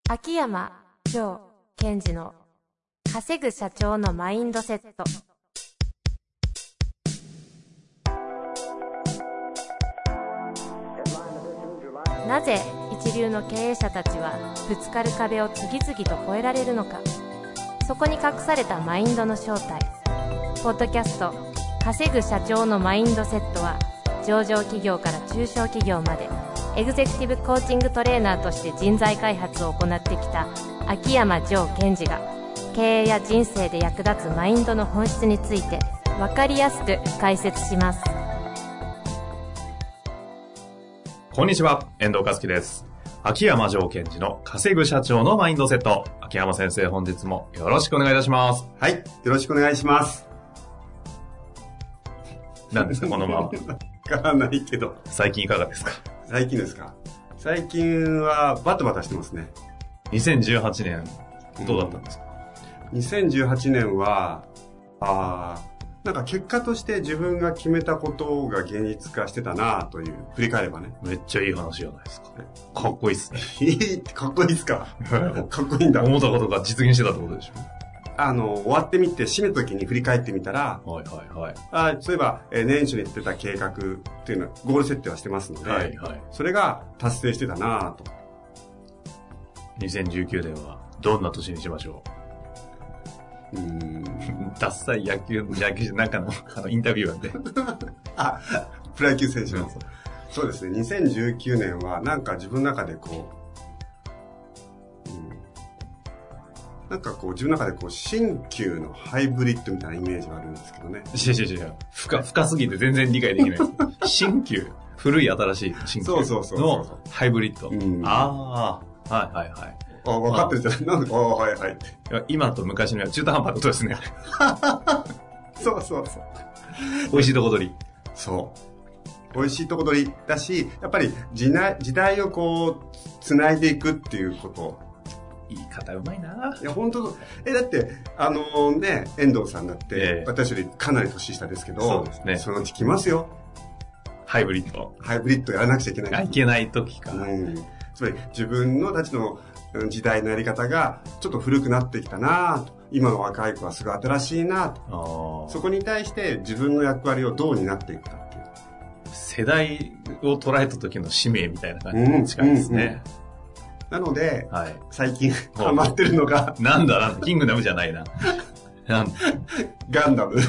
秋山城賢治の稼ぐ社長のマインドセット。なぜ一流の経営者たちはぶつかる壁を次々と越えられるのか。そこに隠されたマインドの正体。ポッドキャスト稼ぐ社長のマインドセットは、上場企業から中小企業までエグゼクティブコーチングトレーナーとして人材開発を行ってきた秋山城賢治が、経営や人生で役立つマインドの本質について分かりやすく解説します。 こんにちは、遠藤和樹です。秋山城賢治の稼ぐ社長のマインドセット。秋山先生、本日もよろしくお願いいたします。 はい、よろしくお願いします。 何ですか、このまま。 わからないけど。 最近いかがですか？ 最近ですか？最近はバタバタしてますね。 2018年、どうだったんですか ？2018年は、なんか結果として自分が決めたことが現実化してたなという、振り返ればね。 めっちゃいい話じゃないですか。かっこいいっすね。 かっこいいっすか？かっこいいんだ。 思ったことが実現してたってことでしょ？ 終わってみて、締めた時に振り返ってみたら、 はいはいはい。 そういえば、年初に言ってた計画っていうのは、ゴール設定はしてますので、 はいはい。 それが達成してたなと。 2019年はどんな年にしましょう？ダッサい野球なんかのインタビューでプロ野球選手のそうですね。2019年はなんか自分の中で自分の中で新旧のハイブリッドみたいなイメージがあるんですけどね。 違う。深すぎて全然理解できない。新旧、古い新しい新旧のハイブリッド。はいはいはい。 分かってるじゃない。なんで、はいはいって。 今と昔の中途半端なことですね。 そう。 美味しいとこ取り。 そう。美味しいとこ取りだし、やっぱり時代を繋いでいくっていうこと。 言い方うまいな。 いや、本当だって、遠藤さんだって、私よりかなり年下ですけど、 そうですね。 そのうち来ますよ。 ハイブリッドやらなくちゃいけない。 いけない時か。 つまり自分のたちの時代のやり方がちょっと古くなってきたなと。今の若い子はすごい新しいなと。そこに対して自分の役割をどう担っていくかっていう。 世代を捉えた時の使命みたいな感じに近いですね。 なので、最近ハマってるのがなんだキングダムじゃないな。 ガンダム。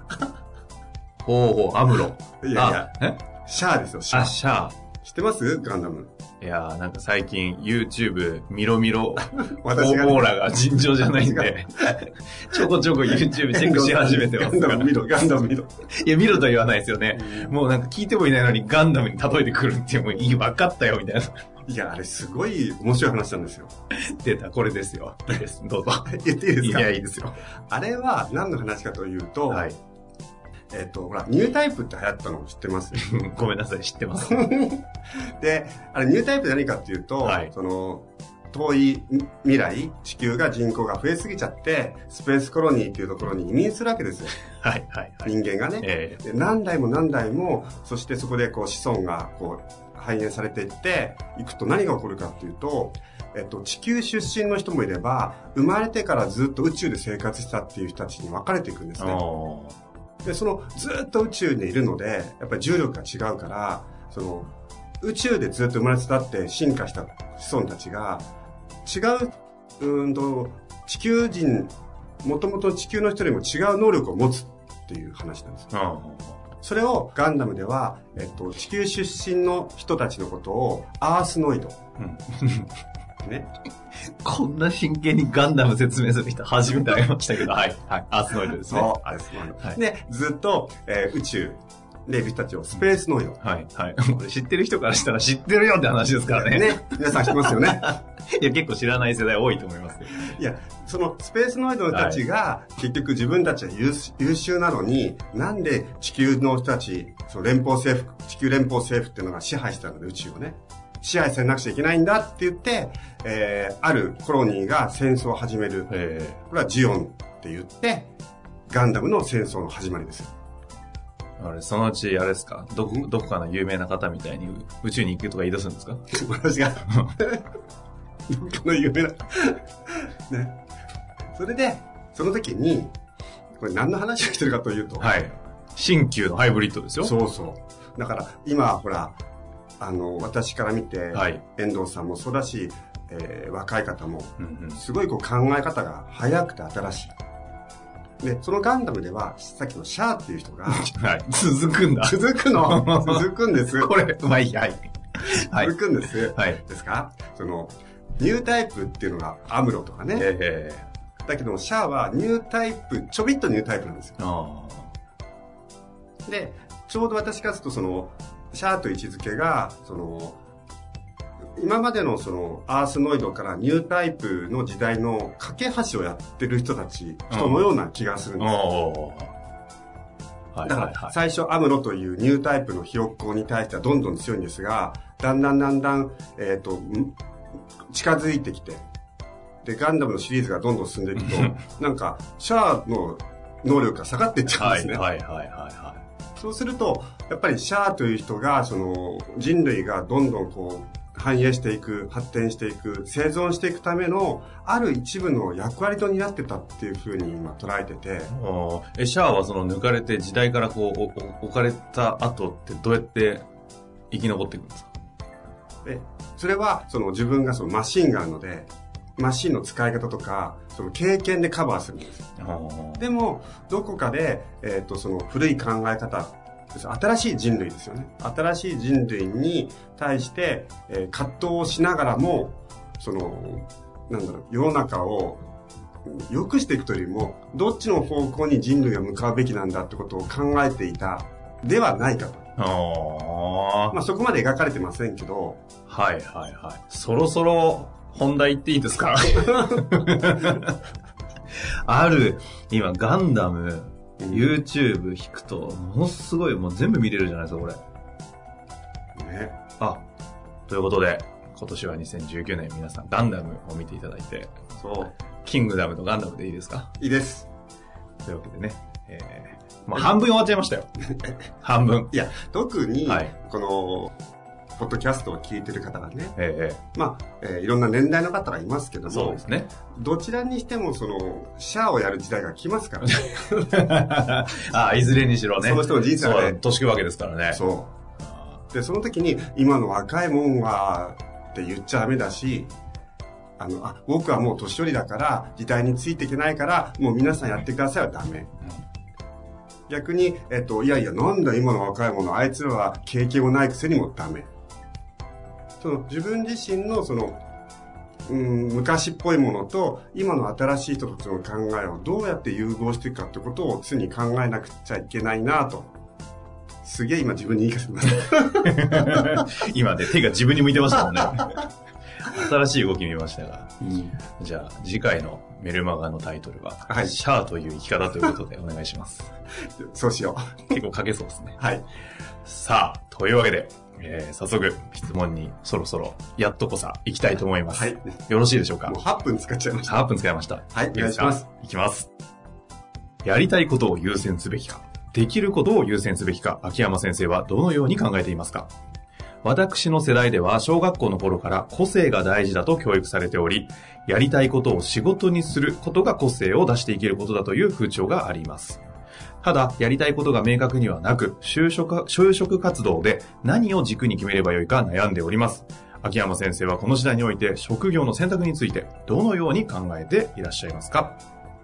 アムロ。 いや、シャアですよ、シャア。 シャア。 知ってますガンダム。 いやー、なんか最近 YouTube ミロ私が、 オーラが尋常じゃないんでちょこちょこ YouTube チェックし始めてますガンダム見ろ。 いや、見ろとは言わないですよね。もうなんか聞いてもいないのにガンダムに例えてくるっていう、もう分かったよみたいな。 いや、あれすごい面白い話なんですよ。 出た、これですよ。いいです。どうぞ。 言っていいですか？ いや、いいですよ。 あれは何の話かというと、ほら、ニュータイプって流行ったの知ってます？ ごめんなさい、知ってます。 で、あれニュータイプ何かっていうと、遠い未来、地球が人口が増えすぎちゃって、スペースコロニーっていうところに移民するわけですよ。 はい。 人間がね。で何代も、そしてそこで子孫が繁栄されていっていくと何が起こるかっていうと、地球出身の人もいれば、生まれてからずっと宇宙で生活したっていう人たちに分かれていくんですね。で、ずっと宇宙にいるので、やっぱり重力が違うから、宇宙でずっと生まれ育って進化した子孫たちが、違う、地球人、もともと地球の人よりも違う能力を持つっていう話なんですよ。それをガンダムでは、地球出身の人たちのことをアースノイド。ね。 こんな真剣にガンダム説明する人初めて会いましたけど、はい。アースノイドですね。 そう、アースノイド。で、ずっと、宇宙でいる人たちをスペースノイド。 はい。知ってる人からしたら知ってるよって話ですからね。 皆さん知ってますよね。 いや、結構知らない世代多いと思いますよ。 いや、そのスペースノイドの人たちが、結局自分たちは優秀なのに、なんで地球の人たち、地球連邦政府っていうのが支配したので宇宙をね、支配されなくちゃいけないんだって言って、あるコロニーが戦争を始める。これはジオンって言って、ガンダムの戦争の始まりですよ。 そのうち、あれですか、どこかの有名な方みたいに宇宙に行くとか言い出すんですか？ 私がどっかの有名な。ね。それで、その時に、これ何の話をしてるかというと。 はい。新旧のハイブリッドですよ。 そうそう。だから、今、ほら、私から見て、はい、遠藤さんもそうだし、若い方も、すごいこう考え方が早くて新しい。で、そのガンダムでは、さっきのシャアっていう人が、 はい、続くんだ。 続くんです。 これ、まあいい、はい。 続くんです。 はい。 ですか？ニュータイプっていうのがアムロとかね。だけども、シャアはニュータイプ、ちょびっとニュータイプなんですよ。で、ちょうど私からすると、シャアという位置づけが、今までのアースノイドからニュータイプの時代の架け橋をやってる人のような気がするんですよ。だから最初アムロというニュータイプのひよっこに対してはどんどん強いんですが、だんだん、近づいてきて、で、ガンダムのシリーズがどんどん進んでいくと、なんか、シャアの能力が下がっていっちゃうんですね。そうすると、やっぱりシャアという人が、人類がどんどん繁栄していく、発展していく、生存していくための、ある一部の役割と担ってたっていうふうに今捉えてて。 シャアは抜かれて時代から置かれた後ってどうやって生き残っていくんですか？ それは、自分がマシンがあるので、マシンの使い方とか、経験でカバーするんです。でも、どこかで、古い考え方、新しい人類ですよね。新しい人類に対して、葛藤をしながらも、世の中を良くしていくというよりも、どっちの方向に人類が向かうべきなんだってことを考えていたではないかと。まあそこまで描かれてませんけど。 はいはいはい。そろそろ本題言っていいですか？今ガンダム、YouTube 引くと、ものすごい、もう全部見れるじゃないですか、これ。 ね。 ということで、今年は2019年皆さんガンダムを見ていただいて、 そう。 キングダムとガンダムでいいですか？ いいです。 というわけでね、もう半分終わっちゃいましたよ。半分。 いや、特に、この、ポッドキャストを聞いてる方がね、いろんな年代の方がいますけども、 そうですね。 どちらにしても、シャアをやる時代が来ますからね。 いずれにしろね。 その人の人生がね。 年食うわけですからね。 そう。で、その時に、今の若いもんは、って言っちゃダメだし、僕はもう年寄りだから、時代についていけないから、もう皆さんやってくださいはダメ。逆に、いやいや、なんだ今の若い者、あいつらは経験もないくせにもダメ。自分自身の昔っぽいものと今の新しい人たちの考えをどうやって融合していくかってことを常に考えなくちゃいけないなと。すげえ今自分に言い聞かせてます。 今ね、手が自分に向いてましたもんね。新しい動き見ましたが。じゃあ次回のメルマガのタイトルは、シャアという生き方ということでお願いします。 そうしよう。結構書けそうですね。 はい。 さあ、というわけで、早速質問にそろそろやっとこさ行きたいと思います。 はい。 よろしいでしょうか？ もう8分使っちゃいました。 8分使いました。 はい、お願いします。 いきます。やりたいことを優先すべきか、できることを優先すべきか、秋山先生はどのように考えていますか？私の世代では小学校の頃から個性が大事だと教育されており、やりたいことを仕事にすることが個性を出していけることだという風潮があります。ただ、やりたいことが明確にはなく、就職活動で何を軸に決めればよいか悩んでおります。秋山先生はこの時代において職業の選択についてどのように考えていらっしゃいますか？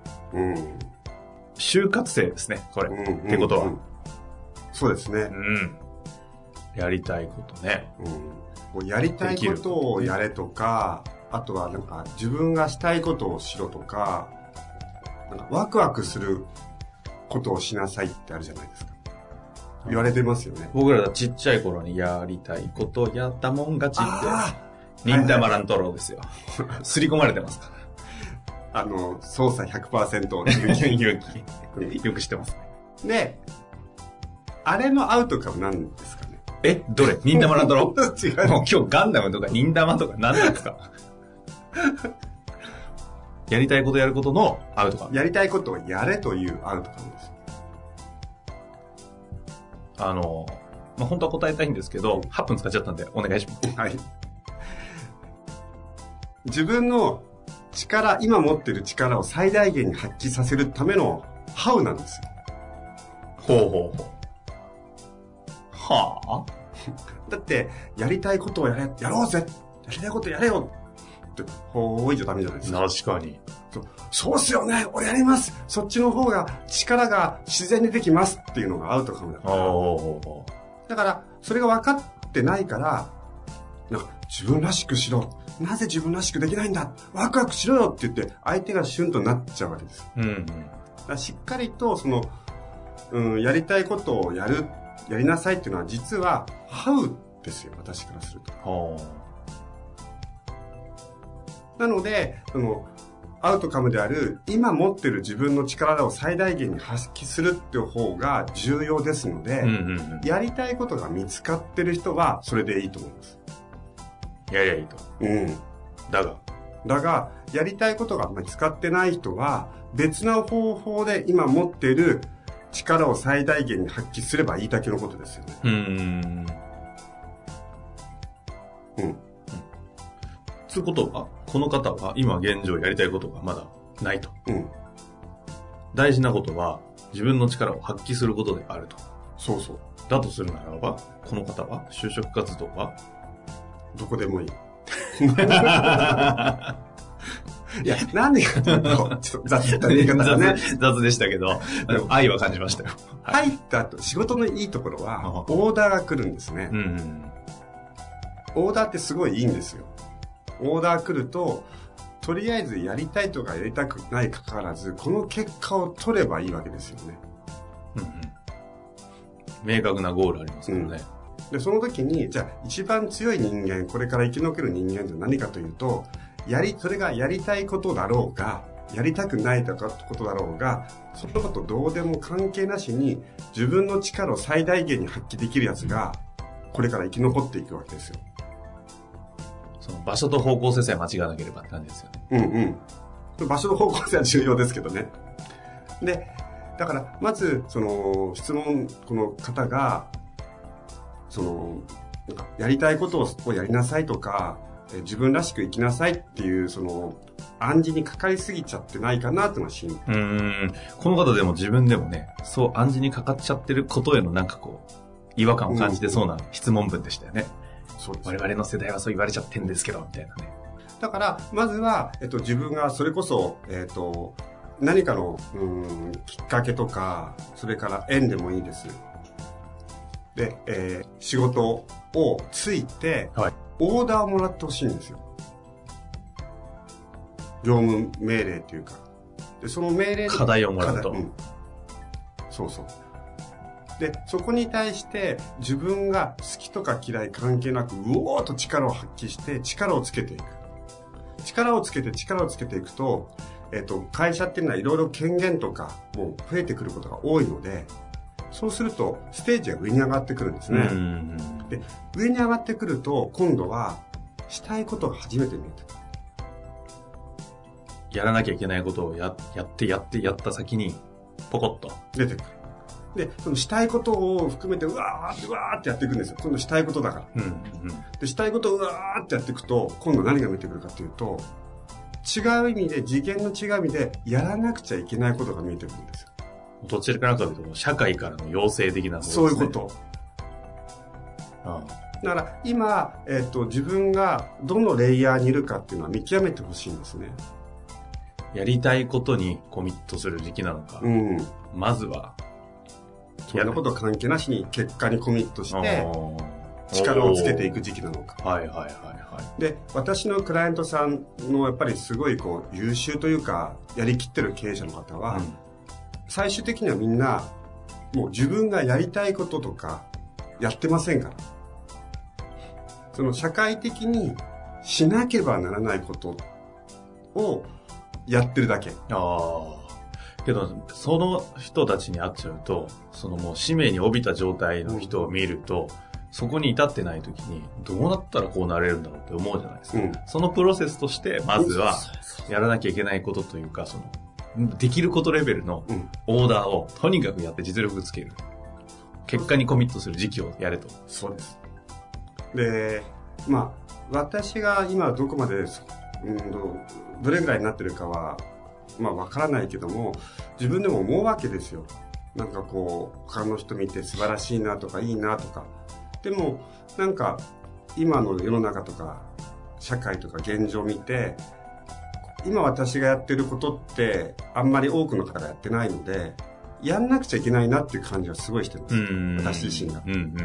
就活生ですね、これ。ってことは。 そうですね。 やりたいことね。 やりたいことをやれとか、あとは自分がしたいことをしろとか、ワクワクすることをしなさいってあるじゃないですか。言われてますよね。 僕らがちっちゃい頃にやりたいことやったもん勝ちって、忍たま乱太郎ですよ。すり込まれてますから。 操作 100% の勇気。よく知ってますね。で、あれのアウトカムなんですかね。 どれ？忍たま乱太郎？ 違う。 もう今日ガンダムとか忍たまとか何なんですか？やりたいことやることのアウトカム。 やりたいことをやれというアウトカムです。 本当は答えたいんですけど、8分使っちゃったんでお願いします。 はい。 自分の力、今持ってる力を最大限に発揮させるためのハウなんですよ。 ほうほうほう。はあだって、やりたいことをやろうぜ、やりたいことやれよって、ほういじゃダメじゃないですか。 確かに。 そうっすよね、俺やります。そっちの方が力が自然にできますっていうのがアウトカムだから。だから、それが分かってないから、なんか自分らしくしろ。なぜ自分らしくできないんだ、ワクワクしろよって言って相手がシュンとなっちゃうわけです。だからしっかりとその、やりたいことをやりなさいっていうのは実はハウですよ、私からすると。なのでそのアウトカムである今持ってる自分の力を最大限に発揮するっていう方が重要ですので、やりたいことが見つかってる人はそれでいいと思います。 やりゃいいと。だが、 やりたいことが見つかってない人は、別の方法で今持っている力を最大限に発揮すればいいだけのことですよね。 つうことは、この方は今現状やりたいことがまだないと。大事なことは、自分の力を発揮することであると。 そうそう。 だとするならば、この方は、就職活動はどこでもいい。いや、なんでかというと、ちょっと雑な言い方だね。 雑でしたけど、でも愛は感じましたよ。 入った後、仕事のいいところは、オーダーが来るんですね。オーダーってすごいいいんですよ。オーダー来ると、とりあえずやりたいとかやりたくないかかわらず、この結果を取ればいいわけですよね。 明確なゴールありますからね。 で、その時に、じゃあ一番強い人間、これから生き残る人間って何かというと、それがやりたいことだろうが、やりたくないことだろうが、そのことどうでも関係なしに、自分の力を最大限に発揮できるやつが、これから生き残っていくわけですよ。 その場所と方向性さえ間違わなければって感じですよね。 場所の方向性は重要ですけどね。で、だから、まず、その、この方が、なんかやりたいことをやりなさいとか、自分らしく生きなさいっていう、暗示にかかりすぎちゃってないかなっていうのは心配。 この方でも自分でもね、そう暗示にかかっちゃってることへのなんかこう、違和感を感じてそうな質問文でしたよね。 そうです。 我々の世代はそう言われちゃってんですけど、みたいなね。 だから、まずは、自分がそれこそ、何かの、きっかけとか、それから縁でもいいです。で、仕事をついて、オーダーをもらってほしいんですよ。業務命令というか。で、その命令課題をもらうと。 そうそう。で、そこに対して自分が好きとか嫌い関係なく、うおーっと力を発揮して力をつけていく。力をつけていくと、会社っていうのはいろいろ権限とかも増えてくることが多いので、そうするとステージが上に上がってくるんですね。で、上に上がってくると今度はしたいことが初めて見えてくる。 やらなきゃいけないことをやった先にポコッと出てくる。で、そのしたいことを含めてうわーってやっていくんですよ。今度したいことだから。で、したいことをうわーってやっていくと、今度何が見えてくるかというと、違う意味で、次元の違う意味で、やらなくちゃいけないことが見えてくるんですよ。 どちらかというと、社会からの要請的なことですね。 そういうこと。だから、今、自分がどのレイヤーにいるかっていうのは見極めてほしいんですね。 やりたいことにコミットする時期なのか。まずは、 そんなこと関係なしに結果にコミットして、力をつけていく時期なのか。で、私のクライアントさんのやっぱりすごいこう優秀というか、やりきってる経営者の方は、最終的にはみんな、もう自分がやりたいこととか、やってませんから。その社会的にしなければならないことをやってるだけ。 けど、その人たちに会っちゃうと、もう使命に帯びた状態の人を見ると、そこに至ってない時に、どうなったらこうなれるんだろうって思うじゃないですか。そのプロセスとして、まずは、やらなきゃいけないことというか、できることレベルのオーダーをとにかくやって実力つける。結果にコミットする時期をやれと。 そうです。で、私が今どこまでどれぐらいになってるかは、わからないけども、自分でも思うわけですよ。なんかこう、他の人見て素晴らしいなとかいいなとか。でも、なんか、今の世の中とか、社会とか現状を見て、今私がやってることって、あんまり多くの方がやってないので、やんなくちゃいけないなっていう感じはすごいしてます。私自身が。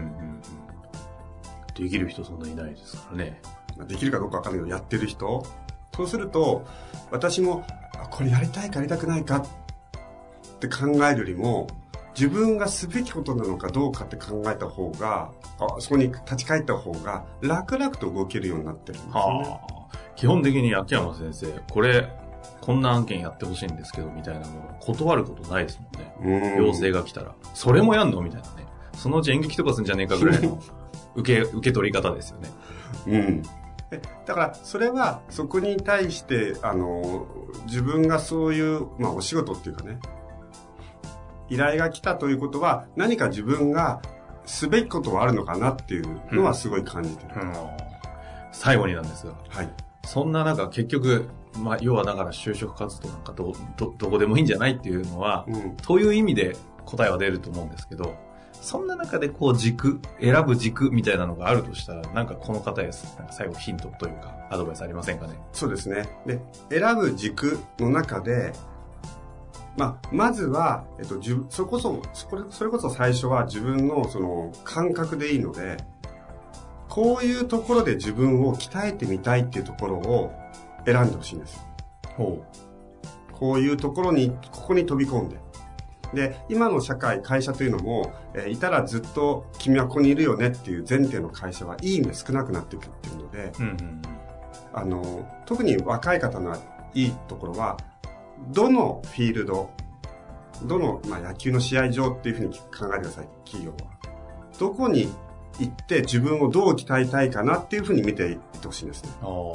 できる人そんないないですからね。 できるかどうかわかんないけど、やってる人。そうすると、私も、これやりたいかやりたくないかって考えるよりも、自分がすべきことなのかどうかって考えた方が、そこに立ち返った方が楽々と動けるようになってるんですよね。 基本的に秋山先生、こんな案件やってほしいんですけど、みたいなもの断ることないですもんね。要請が来たら。それもやんのみたいなね。そのうち演劇とかすんじゃねえかぐらいの受け取り方ですよね。 だからそれはそこに対して自分がそういう、お仕事っていうかね、依頼が来たということは何か自分がすべきことはあるのかなっていうのはすごい感じてる。 最後になんですが、 はい、 そんな中結局、要はだから就職活動なんかどこでもいいんじゃないっていうのは、という意味で答えは出ると思うんですけど、そんな中でこう選ぶ軸みたいなのがあるとしたら、なんかこの方へ最後ヒントというかアドバイスありませんかね。 そうですね。で、選ぶ軸の中で、まずは、それこそ最初は自分のその感覚でいいので、こういうところで自分を鍛えてみたいっていうところを選んでほしいんです。こういうところに、ここに飛び込んで。で、今の社会、会社というのも、いたらずっと君はここにいるよねっていう前提の会社はいい意味で少なくなってくるっていうので、特に若い方のいいところは、どのフィールド、どの、野球の試合場っていうふうに考えてください、企業は。どこに行って自分をどう鍛えたいかなっていうふうに見ていってほしいんですね。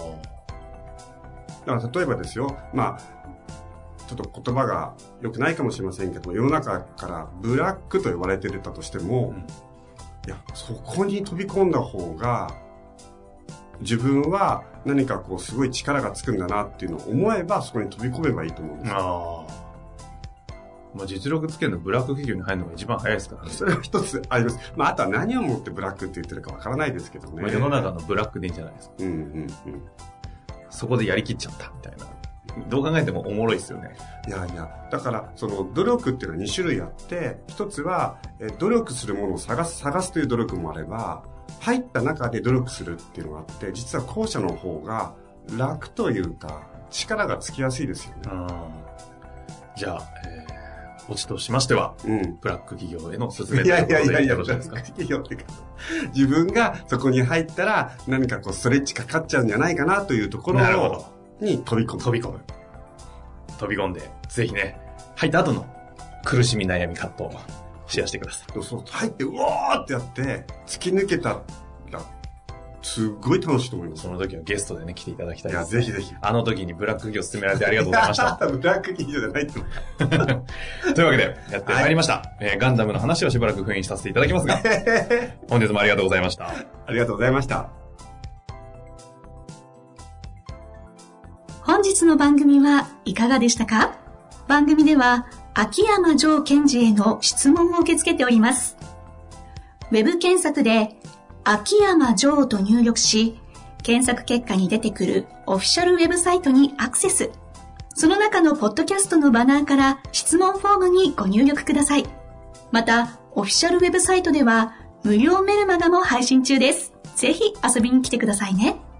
だから例えばですよ、ちょっと言葉が良くないかもしれませんけど、世の中からブラックと呼ばれていたとしても、いや、そこに飛び込んだ方が、自分は何かこうすごい力がつくんだなっていうのを思えば、そこに飛び込めばいいと思うんですよ。 実力つけるのブラック企業に入るのが一番早いですからね。 それは一つあります。あとは何をもってブラックって言ってるかわからないですけどね。 世の中のブラックでいいんじゃないですか。そこでやりきっちゃったみたいな。どう考えてもおもろいですよね。 いや、だからその努力っていうのは2種類あって、一つは努力するものを探すという努力もあれば、入った中で努力するっていうのがあって、実は後者の方が楽というか力がつきやすいですよね。 じゃあ、オチとしましては、ブラック企業への勧めということでよろしいですか？ブラック企業ってか、自分がそこに入ったら何かこうストレッチかかっちゃうんじゃないかなというところに飛び込んで、ぜひね、入った後の苦しみ悩み葛藤をシェアしてください。 そう、入ってうわーってやって突き抜けたらすっごい楽しいと思います。 その時はゲストでね来ていただきたいです。 いや、ぜひぜひ。 あの時にブラック企業勧められてありがとうございました。 ブラック企業じゃないってというわけでやってまいりました、ガンダムの話をしばらく封印させていただきますが本日もありがとうございました。 ありがとうございました。 本日の番組はいかがでしたか？番組では秋山城賢治への質問を受け付けております。ウェブ検索で秋山城と入力し、検索結果に出てくるオフィシャルウェブサイトにアクセス。その中のポッドキャストのバナーから質問フォームにご入力ください。また、オフィシャルウェブサイトでは無料メルマガも配信中です。ぜひ遊びに来てくださいね。